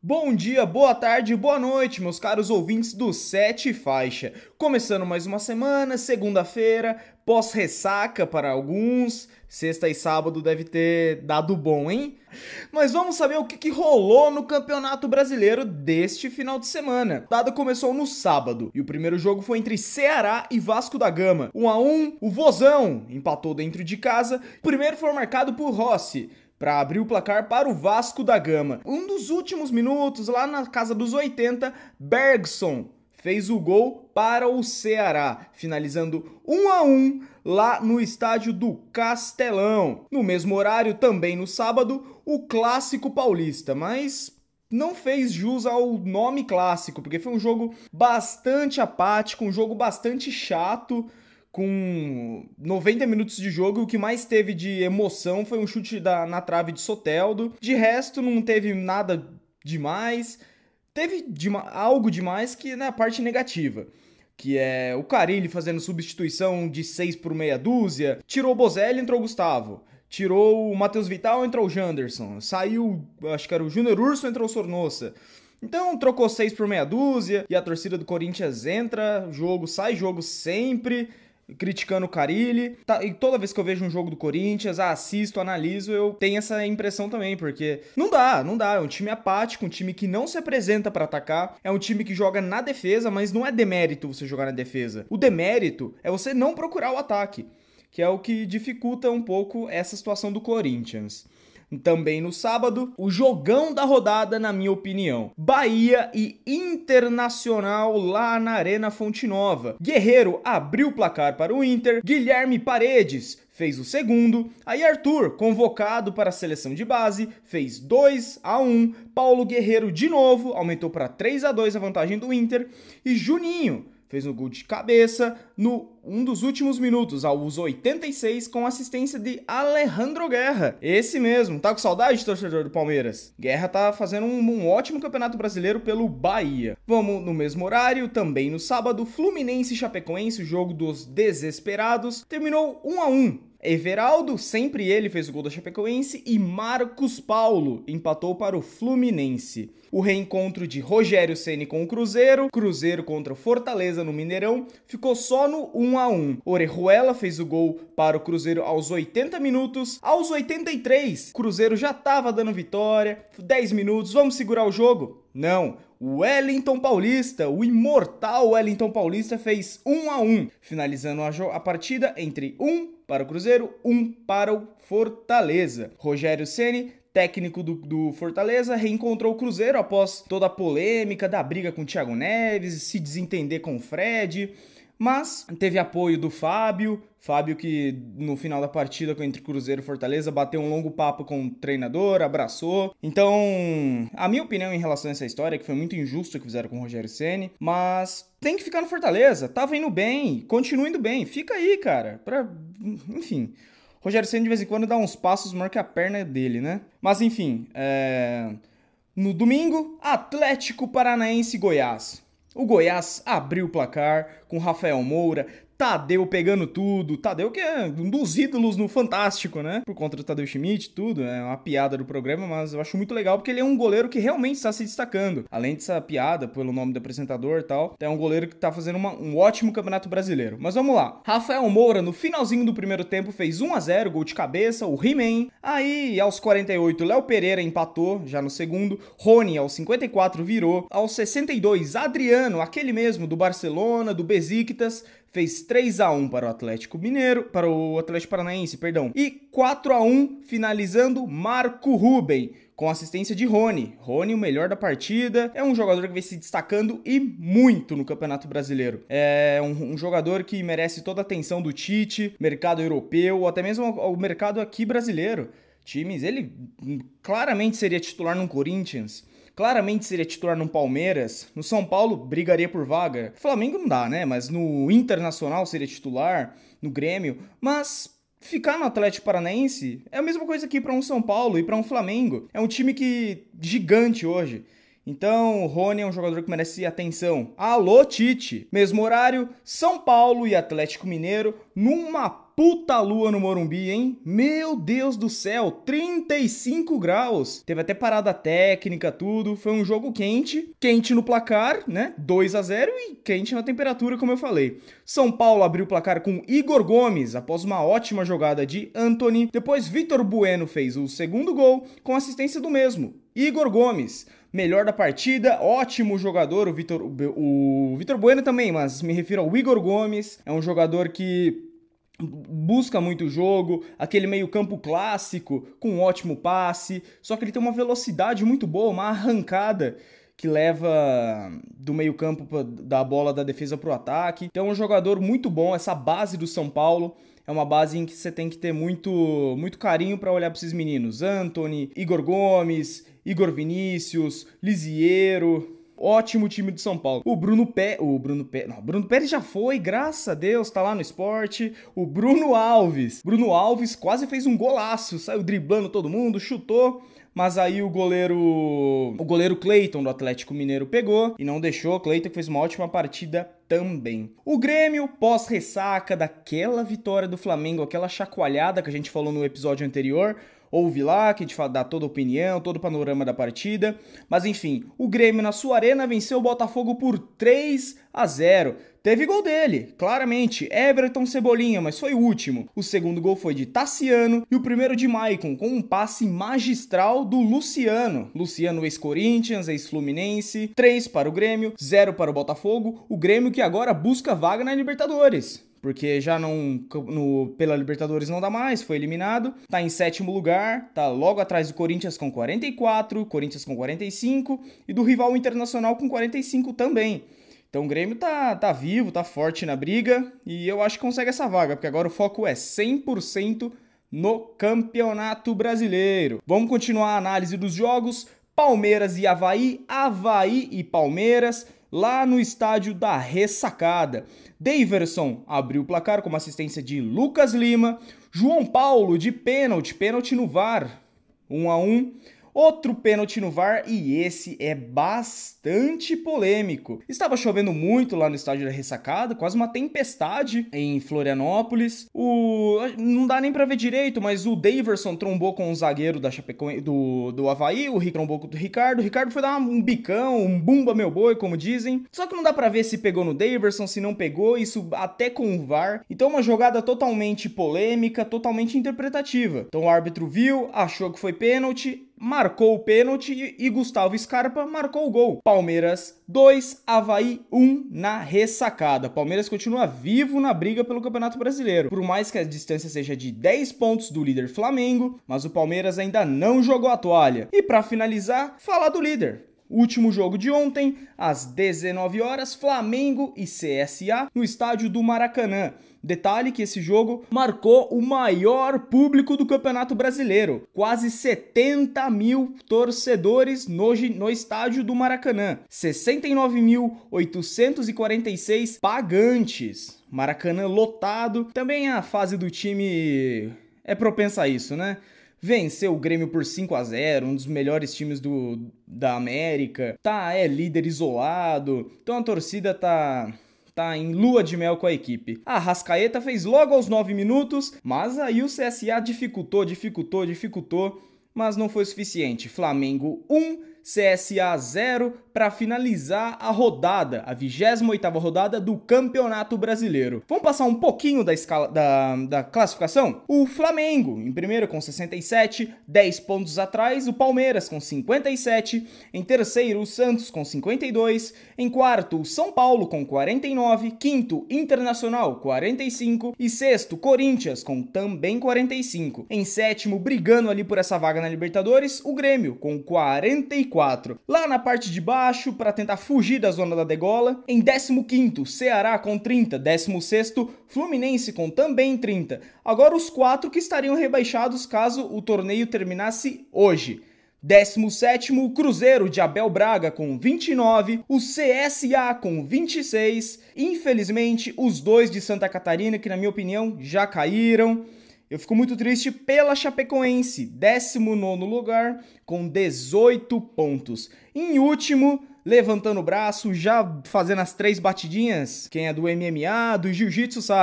Bom dia, boa tarde, boa noite, meus caros ouvintes do Sete Faixa. Começando mais uma semana, segunda-feira, pós-ressaca para alguns, sexta e sábado deve ter dado bom, hein? Mas vamos saber o que rolou no Campeonato Brasileiro deste final de semana. A rodada começou no sábado e o primeiro jogo foi entre Ceará e Vasco da Gama. 1-1, o Vozão empatou dentro de casa. O primeiro foi marcado por Rossi, para abrir o placar para o Vasco da Gama. Um dos últimos minutos, lá na casa dos 80, Bergson fez o gol para o Ceará, finalizando 1-1 lá no estádio do Castelão. No mesmo horário, também no sábado, o Clássico Paulista, mas não fez jus ao nome clássico, porque foi um jogo bastante apático, um jogo bastante chato, com 90 minutos de jogo. O que mais teve de emoção foi um chute na trave de Soteldo. De resto, não teve nada demais. Teve algo demais que na parte negativa, que é o Carille fazendo substituição de 6 por meia dúzia. Tirou o Bozelli, entrou o Gustavo. Tirou o Matheus Vital, entrou o Janderson. Saiu, acho que era o Júnior Urso, entrou o Sornosa. Então trocou 6 por meia dúzia e a torcida do Corinthians entra, jogo, sai jogo sempre, criticando o Carille. E toda vez que eu vejo um jogo do Corinthians, assisto, analiso, eu tenho essa impressão também, porque não dá, é um time apático, um time que não se apresenta pra atacar, é um time que joga na defesa, mas não é demérito você jogar na defesa. O demérito é você não procurar o ataque, que é o que dificulta um pouco essa situação do Corinthians. Também no sábado, o jogão da rodada, na minha opinião. Bahia e Internacional lá na Arena Fonte Nova. Guerreiro abriu o placar para o Inter, Guilherme Paredes fez o segundo, aí Arthur, convocado para a seleção de base, fez 2-1, Paulo Guerreiro de novo, aumentou para 3-2 a vantagem do Inter, e Juninho fez um gol de cabeça um dos últimos minutos, aos 86, com assistência de Alejandro Guerra. Esse mesmo. Tá com saudade, torcedor do Palmeiras? Guerra tá fazendo um ótimo campeonato brasileiro pelo Bahia. Vamos no mesmo horário, também no sábado, Fluminense e Chapecoense, o jogo dos desesperados, terminou 1-1. Everaldo, sempre ele, fez o gol da Chapecoense, e Marcos Paulo empatou para o Fluminense. O reencontro de Rogério Ceni com o Cruzeiro contra o Fortaleza no Mineirão, ficou só no 1-1. Orejuela fez o gol para o Cruzeiro aos 80 minutos. Aos 83, o Cruzeiro já estava dando vitória, 10 minutos, vamos segurar o jogo? Não. O Wellington Paulista, o imortal Wellington Paulista, fez 1-1, finalizando a partida entre 1 para o Cruzeiro, 1 para o Fortaleza. Rogério Ceni, técnico do Fortaleza, reencontrou o Cruzeiro após toda a polêmica da briga com o Thiago Neves, se desentender com o Fred, mas teve apoio do Fábio que no final da partida entre Cruzeiro e Fortaleza bateu um longo papo com o treinador, abraçou. Então, a minha opinião em relação a essa história é que foi muito injusto o que fizeram com o Rogério Ceni, mas tem que ficar no Fortaleza, tava indo bem, continua indo bem, fica aí, cara, enfim. Rogério Ceni de vez em quando dá uns passos maior que a perna dele, né? Mas enfim, no domingo, Atlético Paranaense e Goiás. O Goiás abriu o placar com Rafael Moura, Tadeu pegando tudo. Tadeu que é um dos ídolos no Fantástico, né? Por conta do Tadeu Schmidt, tudo. É uma piada do programa, mas eu acho muito legal porque ele é um goleiro que realmente está se destacando. Além dessa piada, pelo nome do apresentador e tal, é um goleiro que tá fazendo um ótimo campeonato brasileiro. Mas vamos lá. Rafael Moura, no finalzinho do primeiro tempo, fez 1-0, gol de cabeça, o He-Man. Aí, aos 48, Léo Pereira empatou, já no segundo. Rony, aos 54, virou. Aos 62, Adriano, aquele mesmo do Barcelona, do Besiktas, fez 3-1 para o Atlético Paranaense, perdão. E 4-1, finalizando, Marco Ruben, com assistência de Rony. Rony, o melhor da partida, é um jogador que vem se destacando e muito no Campeonato Brasileiro. É um jogador que merece toda a atenção do Tite, mercado europeu, ou até mesmo o mercado aqui brasileiro. Ele claramente seria titular no Corinthians, claramente seria titular no Palmeiras, no São Paulo brigaria por vaga, Flamengo não dá, né, mas no Internacional seria titular, no Grêmio, mas ficar no Atlético Paranaense é a mesma coisa que ir para um São Paulo e para um Flamengo, é um time gigante hoje. Então, o Rony é um jogador que merece atenção. Alô, Tite! Mesmo horário, São Paulo e Atlético Mineiro numa puta lua no Morumbi, hein? Meu Deus do céu, 35 graus. Teve até parada técnica, tudo. Foi um jogo quente. Quente no placar, né? 2-0 e quente na temperatura, como eu falei. São Paulo abriu o placar com Igor Gomes, após uma ótima jogada de Antony. Depois, Vitor Bueno fez o segundo gol, com assistência do mesmo, Igor Gomes. Melhor da partida, ótimo jogador, o Vitor Bueno também, mas me refiro ao Igor Gomes. É um jogador que busca muito o jogo, aquele meio-campo clássico, com um ótimo passe, só que ele tem uma velocidade muito boa, uma arrancada que leva do meio-campo da bola da defesa para o ataque. Então é um jogador muito bom, essa base do São Paulo é uma base em que você tem que ter muito carinho para olhar para esses meninos. Antony, Igor Gomes, Igor Vinícius, Lisiero. Ótimo time de São Paulo. O Bruno Pérez já foi, graças a Deus, tá lá no Sport. O Bruno Alves quase fez um golaço, saiu driblando todo mundo, chutou, mas aí o goleiro Cleiton do Atlético Mineiro pegou e não deixou. Cleiton que fez uma ótima partida também. O Grêmio, pós-ressaca daquela vitória do Flamengo, aquela chacoalhada que a gente falou no episódio anterior, ouve lá, que a gente dá toda a opinião, todo o panorama da partida. Mas enfim, o Grêmio na sua arena venceu o Botafogo por 3-0. Teve gol dele, claramente, Everton Cebolinha, mas foi o último. O segundo gol foi de Tassiano e o primeiro de Maicon, com um passe magistral do Luciano. Luciano, ex-Corinthians, ex-Fluminense. 3 para o Grêmio, 0 para o Botafogo. O Grêmio que agora busca vaga na Libertadores, porque já pela Libertadores não dá mais, foi eliminado, tá em 7º lugar, tá logo atrás do Corinthians com 44, Corinthians com 45 e do rival Internacional com 45 também. Então o Grêmio tá vivo, tá forte na briga e eu acho que consegue essa vaga, porque agora o foco é 100% no Campeonato Brasileiro. Vamos continuar a análise dos jogos. Palmeiras e Avaí, Avaí e Palmeiras, lá no estádio da Ressacada. Daverson abriu o placar com uma assistência de Lucas Lima. João Paulo de pênalti no VAR, 1-1. Outro pênalti no VAR e esse é bastante polêmico. Estava chovendo muito lá no estádio da Ressacada, quase uma tempestade em Florianópolis. Não dá nem pra ver direito, mas o Daverson trombou com o zagueiro da Chapecoense, do Avaí, o Rick trombou com o Ricardo. O Ricardo foi dar um bicão, um bumba meu boi, como dizem. Só que não dá pra ver se pegou no Daverson, se não pegou, isso até com o VAR. Então uma jogada totalmente polêmica, totalmente interpretativa. Então o árbitro viu, achou que foi pênalti, marcou o pênalti e Gustavo Scarpa marcou o gol. Palmeiras 2, Avaí 1 na Ressacada. Palmeiras continua vivo na briga pelo Campeonato Brasileiro. Por mais que a distância seja de 10 pontos do líder Flamengo, mas o Palmeiras ainda não jogou a toalha. E para finalizar, falar do líder. Último jogo de ontem, às 19 horas, Flamengo e CSA no estádio do Maracanã. Detalhe que esse jogo marcou o maior público do Campeonato Brasileiro. Quase 70 mil torcedores no estádio do Maracanã. 69.846 pagantes. Maracanã lotado. Também a fase do time é propensa a isso, né? Venceu o Grêmio por 5-0, um dos melhores times da América. É líder isolado. Então a torcida tá em lua de mel com a equipe. A Arrascaeta fez logo aos 9 minutos, mas aí o CSA dificultou, mas não foi suficiente. Flamengo 1, CSA 0 para finalizar a rodada, a 28ª rodada do Campeonato Brasileiro. Vamos passar um pouquinho da classificação? O Flamengo em primeiro com 67, 10 pontos atrás, o Palmeiras com 57, em terceiro o Santos com 52, em quarto o São Paulo com 49, quinto Internacional 45 e sexto Corinthians com também 45. Em sétimo, brigando ali por essa vaga na Libertadores, o Grêmio com 44. Lá na parte de baixo, para tentar fugir da zona da degola, em 15º, Ceará com 30, 16º, Fluminense com também 30. Agora os 4 que estariam rebaixados caso o torneio terminasse hoje. 17º, Cruzeiro de Abel Braga com 29, o CSA com 26, infelizmente os 2 de Santa Catarina, que na minha opinião já caíram. Eu fico muito triste pela Chapecoense, 19º lugar com 18 pontos. Em último, levantando o braço, já fazendo as 3 batidinhas, quem é do MMA, do Jiu-Jitsu sabe,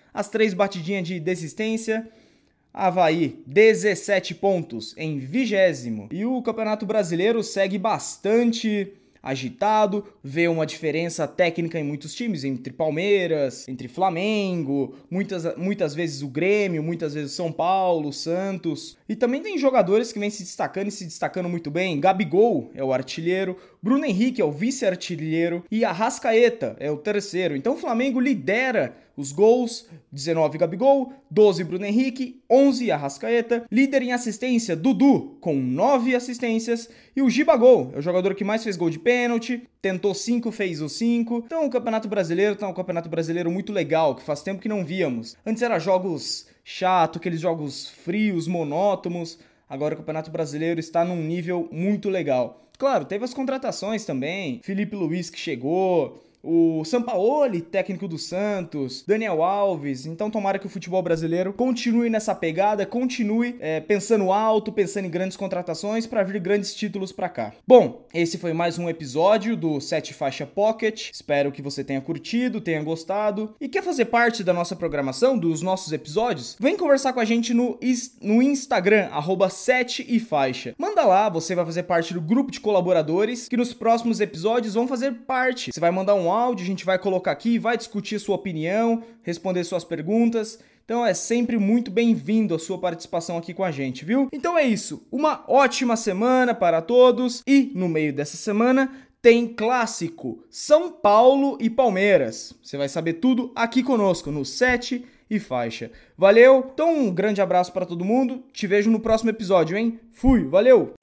as 3 batidinhas de desistência. Avaí, 17 pontos em 20º. E o Campeonato Brasileiro segue bastante agitado, vê uma diferença técnica em muitos times, entre Palmeiras, entre Flamengo, muitas vezes o Grêmio, muitas vezes o São Paulo, Santos. E também tem jogadores que vêm se destacando e se destacando muito bem. Gabigol é o artilheiro, Bruno Henrique é o vice-artilheiro e Arrascaeta é o terceiro. Então o Flamengo lidera os gols, 19 Gabigol, 12 Bruno Henrique, 11 Arrascaeta. Líder em assistência, Dudu, com 9 assistências. E o Gibagol é o jogador que mais fez gol de pênalti, tentou 5, fez os 5. Então o Campeonato Brasileiro tá um Campeonato Brasileiro muito legal, que faz tempo que não víamos. Antes era jogos chato, aqueles jogos frios, monótonos. Agora o Campeonato Brasileiro está num nível muito legal. Claro, teve as contratações também, Felipe Luiz que chegou, o Sampaoli, técnico do Santos, Daniel Alves. Então tomara que o futebol brasileiro continue nessa pegada, continue pensando alto, pensando em grandes contratações para vir grandes títulos para cá. Bom, esse foi mais um episódio do 7 Faixa Pocket. Espero que você tenha curtido, tenha gostado. E quer fazer parte da nossa programação, dos nossos episódios? Vem conversar com a gente no Instagram, @7ifaixa. Manda lá, você vai fazer parte do grupo de colaboradores que nos próximos episódios vão fazer parte. Você vai mandar um áudio, a gente vai colocar aqui, vai discutir sua opinião, responder suas perguntas. Então é sempre muito bem-vindo a sua participação aqui com a gente, viu? Então é isso, uma ótima semana para todos e no meio dessa semana tem clássico São Paulo e Palmeiras. Você vai saber tudo aqui conosco no 7 e Faixa. Valeu? Então um grande abraço para todo mundo, te vejo no próximo episódio, hein? Fui, valeu!